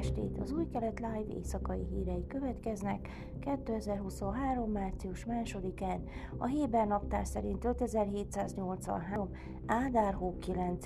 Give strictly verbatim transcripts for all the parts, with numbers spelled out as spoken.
estét! Az Új Kelet Live éjszakai hírei következnek kétezer-huszonhárom. március másodikán, a Héber naptár szerint ötezer-hétszáznyolcvanhárom. Ádár hó kilenc.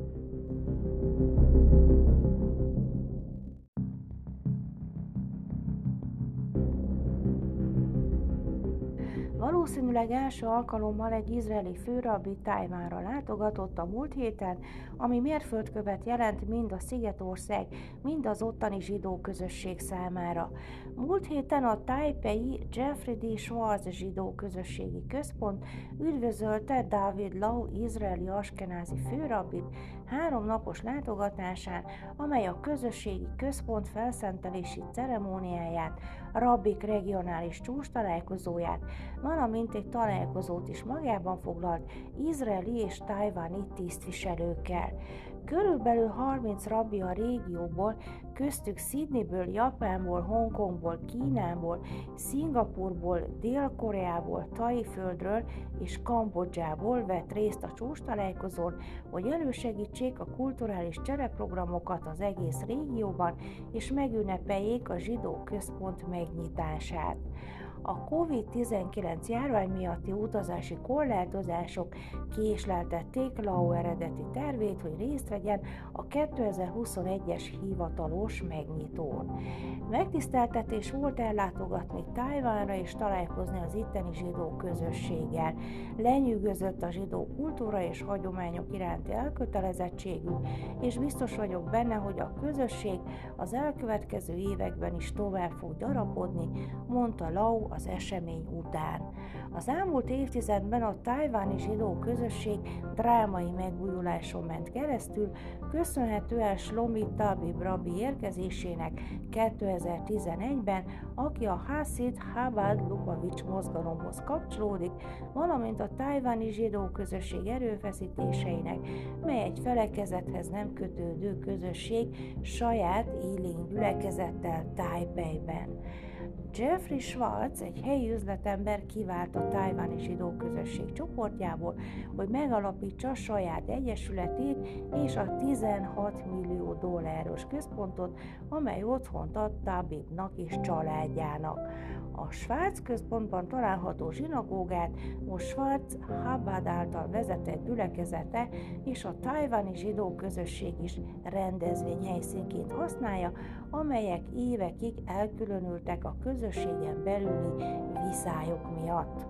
Valószínűleg első alkalommal egy izraeli főrabbi Tajvanra látogatott a múlt héten, ami mérföldkövet jelent mind a Szigetország, mind az ottani zsidó közösség számára. Múlt héten a Taipei Jeffrey D. Schwartz zsidó közösségi központ üdvözölte David Lau izraeli askenázi főrabbit három napos látogatásán, amely a közösségi központ felszentelési ceremóniáját, rabbik regionális csúcstalálkozóját, valamint egy találkozót is magában foglalt izraeli és tajvani tisztviselőkkel. Körülbelül harminc rabbi a régióból, köztük Sydneyből, Japánból, Hongkongból, Kínából, Szingapurból, Dél-Koreából, Taiföldről és Kambodzsából vett részt a csúcstalálkozón, hogy elősegítsék a kulturális csereprogramokat az egész régióban, és megünnepeljék a zsidó központ megnyitását. A kovid tizenkilenc járvány miatti utazási korlátozások késleltették Lau eredeti tervét, hogy részt vegyen a kétezer-huszonegyes hivatalos megnyitón. Megtiszteltetés volt ellátogatni Tajvanra és találkozni az itteni zsidó közösséggel. Lenyűgözött a zsidó kultúra és hagyományok iránti elkötelezettségük, és biztos vagyok benne, hogy a közösség az elkövetkező években is tovább fog gyarapodni, mondta Lau az esemény után. Az elmúlt évtizedben a tajvani zsidó közösség drámai megújuláson ment keresztül, köszönhetően Shlomi Tabib rabbi érkezésének kétezer-tizenegyben, aki a Hasid Chabad Lubavitch mozgalomhoz kapcsolódik, valamint a tajvani zsidó közösség erőfeszítéseinek, mely egy felekezethez nem kötődő közösség saját élénk gyülekezettel Taipeiben. Jeffrey Schwartz, egy helyi üzletember kivált a tajvani zsidó közösség csoportjából, hogy megalapítsa saját egyesületét és a tizenhat millió dolláros központot, amely otthont ad Tabibnak és családjának. A Schwartz központban található zsinagógát most Schwartz Chabad által vezetett gyülekezete és a tajvani zsidó közösség is rendezvényhelyszínként használja, amelyek évekig elkülönültek a közösségen belüli viszályok miatt.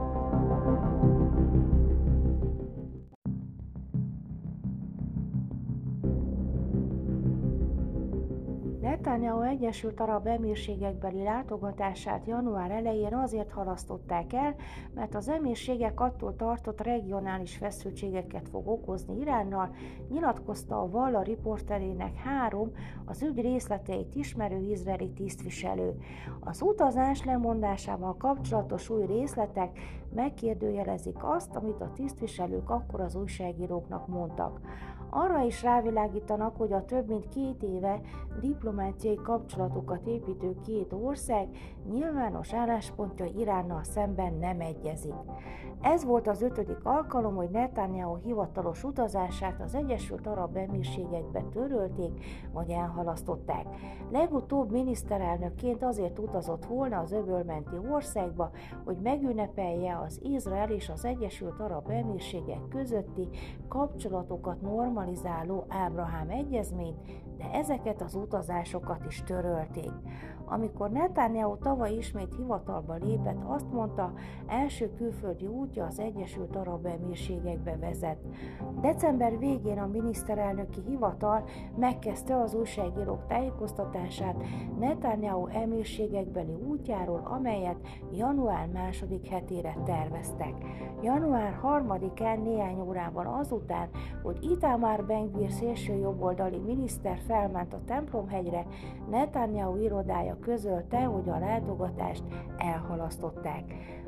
Netanyahu Egyesült Arab Emírségekbeli látogatását január elején azért halasztották el, mert az emírségek attól tartott regionális feszültségeket fog okozni Iránnal, nyilatkozta a Valla riporterének három az ügy részleteit ismerő izraeli tisztviselő. Az utazás lemondásával kapcsolatos új részletek megkérdőjelezik azt, amit a tisztviselők akkor az újságíróknak mondtak. Arra is rávilágítanak, hogy a több mint két éve diplomáciai kapcsolatokat építő két ország nyilvános álláspontja Iránnal szemben nem egyezik. Ez volt az ötödik alkalom, hogy Netanyahu hivatalos utazását az Egyesült Arab Emírségekbe törölték vagy elhalasztották. Legutóbb miniszterelnökként azért utazott volna az öbölmenti országba, hogy megünnepelje az Izrael és az Egyesült Arab Emírségek közötti kapcsolatokat normalizáló Ábrahám egyezményt, de ezeket az utazásokat is törölték. Amikor Netanyahu tavaly ismét hivatalba lépett, azt mondta, első külföldi útja az Egyesült Arab Emírségekbe vezet. December végén a miniszterelnöki hivatal megkezdte az újságírók tájékoztatását Netanyahu emírségekbeli útjáról, amelyet január második hetére terveztek. január harmadikán, néhány órával azután, hogy Itamar Ben-Gvir szélsőjobboldali miniszter felment a Templomhegyre, Netanyahu irodája közölte, hogy a látogatást elhalasztották.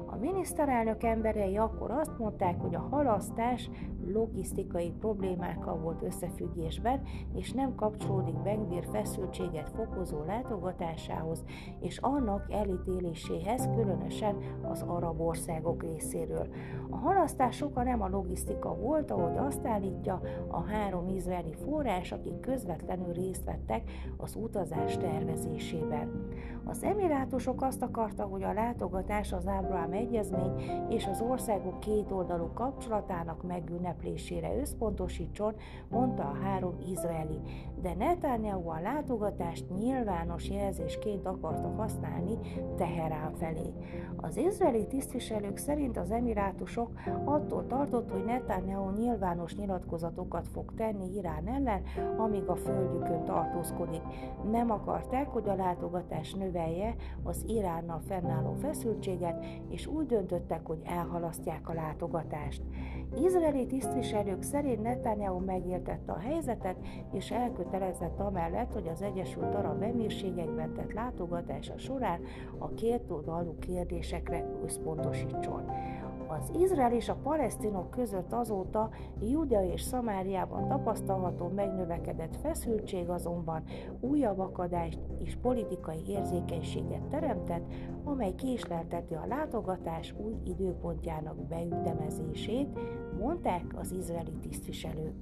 A miniszterelnök emberei akkor azt mondták, hogy a halasztás logisztikai problémákkal volt összefüggésben, és nem kapcsolódik Ben-Gvir feszültséget fokozó látogatásához, és annak elítéléséhez, különösen az arab országok részéről. A halasztás oka nem a logisztika volt, ahogy azt állítja a három izraeli forrás, akik közvetlenül részt vettek az utazás tervezésében. Az emirátusok azt akarta, hogy a látogatás az Ábrahám egyezmény és az országok kétoldalú kapcsolatának megünneplésére összpontosítson, mondta a három izraeli, de Netanyahu a látogatást nyilvános jelzésként akarta használni Teherán felé. Az izraeli tisztviselők szerint az emirátusok attól tartott, hogy Netanyahu nyilvános nyilatkozatokat fog tenni Irán ellen, amíg a földjükön tartózkodik. Nem akarták, hogy a látogatás növelje az Iránnal fennálló feszültséget, és úgy döntöttek, hogy elhalasztják a látogatást. Izraeli tisztviselők szerint Netanyahu megértette a helyzetet, és elkötelezett amellett, hogy az Egyesült Arab Emírségekben tett látogatása során a kétoldalú kérdésekre összpontosítson. Az Izrael és a palesztinok között azóta Júdea és Szamáriában tapasztalható megnövekedett feszültség azonban újabb akadályt és politikai érzékenységet teremtett, amely késlelteti a látogatás új időpontjának beütemezését, mondták az izraeli tisztviselők.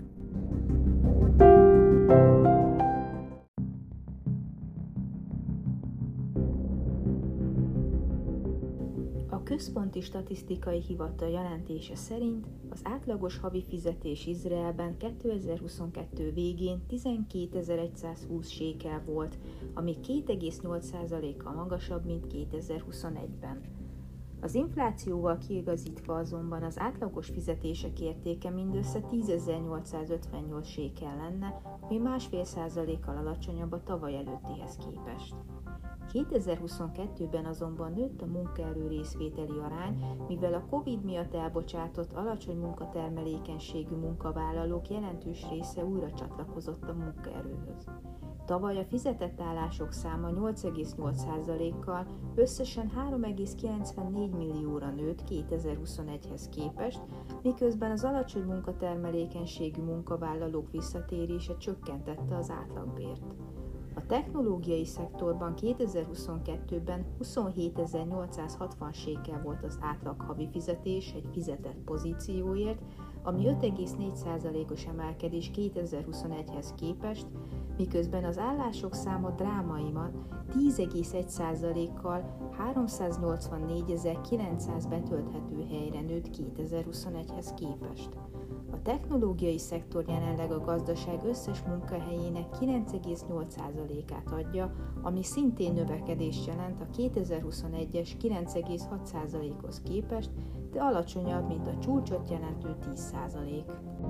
A Központi Statisztikai Hivatal jelentése szerint az átlagos havi fizetés Izraelben kétezer-huszonkettő végén tizenkétezer-százhúsz sékel volt, ami két egész nyolc százalékkal magasabb, mint kétezer-huszonegyben. Az inflációval kiigazítva azonban az átlagos fizetések értéke mindössze tízezer-nyolcszázötvennyolc sékel lenne, ami másfél százalékkal alacsonyabb a tavaly előttihez képest. kétezer-huszonkettőben azonban nőtt a munkaerő részvételi arány, mivel a Covid miatt elbocsátott alacsony munkatermelékenységű munkavállalók jelentős része újra csatlakozott a munkaerőhöz. Tavaly a fizetett állások száma nyolc egész nyolc százalékkal összesen három egész kilencvennégy millióra nőtt kétezer-huszonegyhez képest, miközben az alacsony munkatermelékenységű munkavállalók visszatérése csökkentette az átlagbért. A technológiai szektorban kétezer-huszonkettőben huszonhétezer-nyolcszázhatvan sékel volt az átlag havi fizetés egy fizetett pozícióért, ami öt egész négy százalékos emelkedés kétezer-huszonegyhez képest, miközben az állások száma drámaian tíz egész egy százalékkal háromszáznyolcvannégyezer-kilencszáz betölthető helyre nőtt kétezer-huszonegyhez képest. A technológiai szektor jelenleg a gazdaság összes munkahelyének kilenc egész nyolc százalékát adja, ami szintén növekedést jelent a kétezer-huszonegyes kilenc egész hat százalékhoz képest, de alacsonyabb, mint a csúcsot jelentő tíz százalék.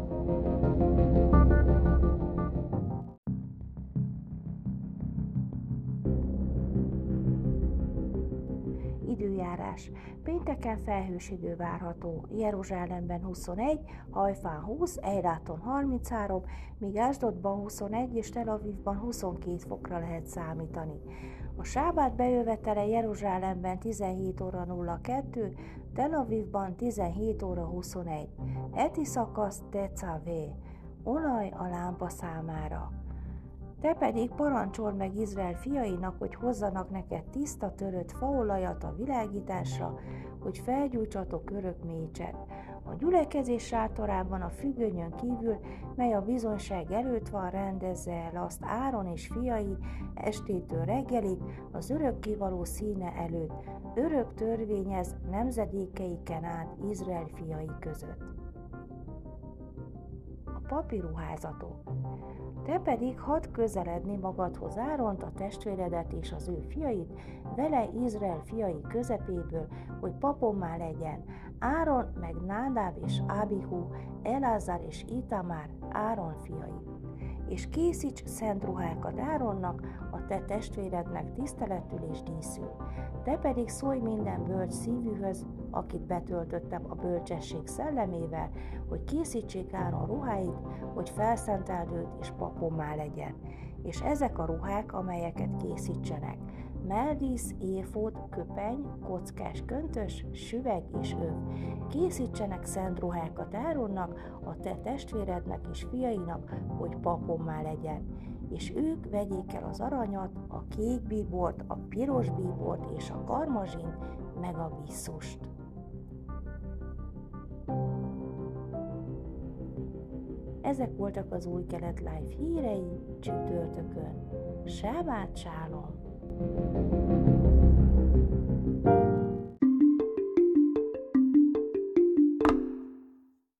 Időjárás. Pénteken felhős idő várható. Jeruzsálemben huszonegy, Hajfán húsz, Eiláton harminchárom, míg Ásdodban huszonegy és Tel Avivban huszonkét fokra lehet számítani. A sábát bejövetele Jeruzsálemben tizenhét óra nulla kettő, Tel Avivban tizenhét óra huszonegy. Eti szakasz Tecavé. Olaj a lámpa számára. Te pedig parancsold meg Izrael fiainak, hogy hozzanak neked tiszta törött faolajat a világításra, hogy felgyújtsatok örök mécset. A gyülekezés sátorában a függönyön kívül, mely a bizonyság előtt van, rendezze el azt Áron és fiai estétől reggelig az örökkévaló színe előtt. Örök törvényez nemzedékeiken át Izrael fiai között. A papi ruházatok. Te pedig hadd közeledni magadhoz Áront, a testvéredet és az ő fiait, vele Izrael fiai közepéből, hogy papommá legyen. Áron meg Nádáb és Ábihu, Elázár és Itamár, Áron fiai. És készíts szent ruhákat Áronnak, a te testvérednek tiszteletül és díszül. Te pedig szólj minden bölcs szívűhöz, akit betöltöttem a bölcsesség szellemével, hogy készítsék Áron ruháit, hogy felszenteld őt és papommá legyen. És ezek a ruhák, amelyeket készítsenek: meldísz, éfód, köpeny, kockás köntös, süveg és öv. Készítsenek szent ruhákat Áronnak, a te testvérednek és fiainak, hogy papommá legyen. És ők vegyék el az aranyat, a kék bíbort, a piros bíbort és a karmazsint, meg a bisszust. Ezek voltak az Új Kelet Live hírei csütörtökön. Sábát sálom!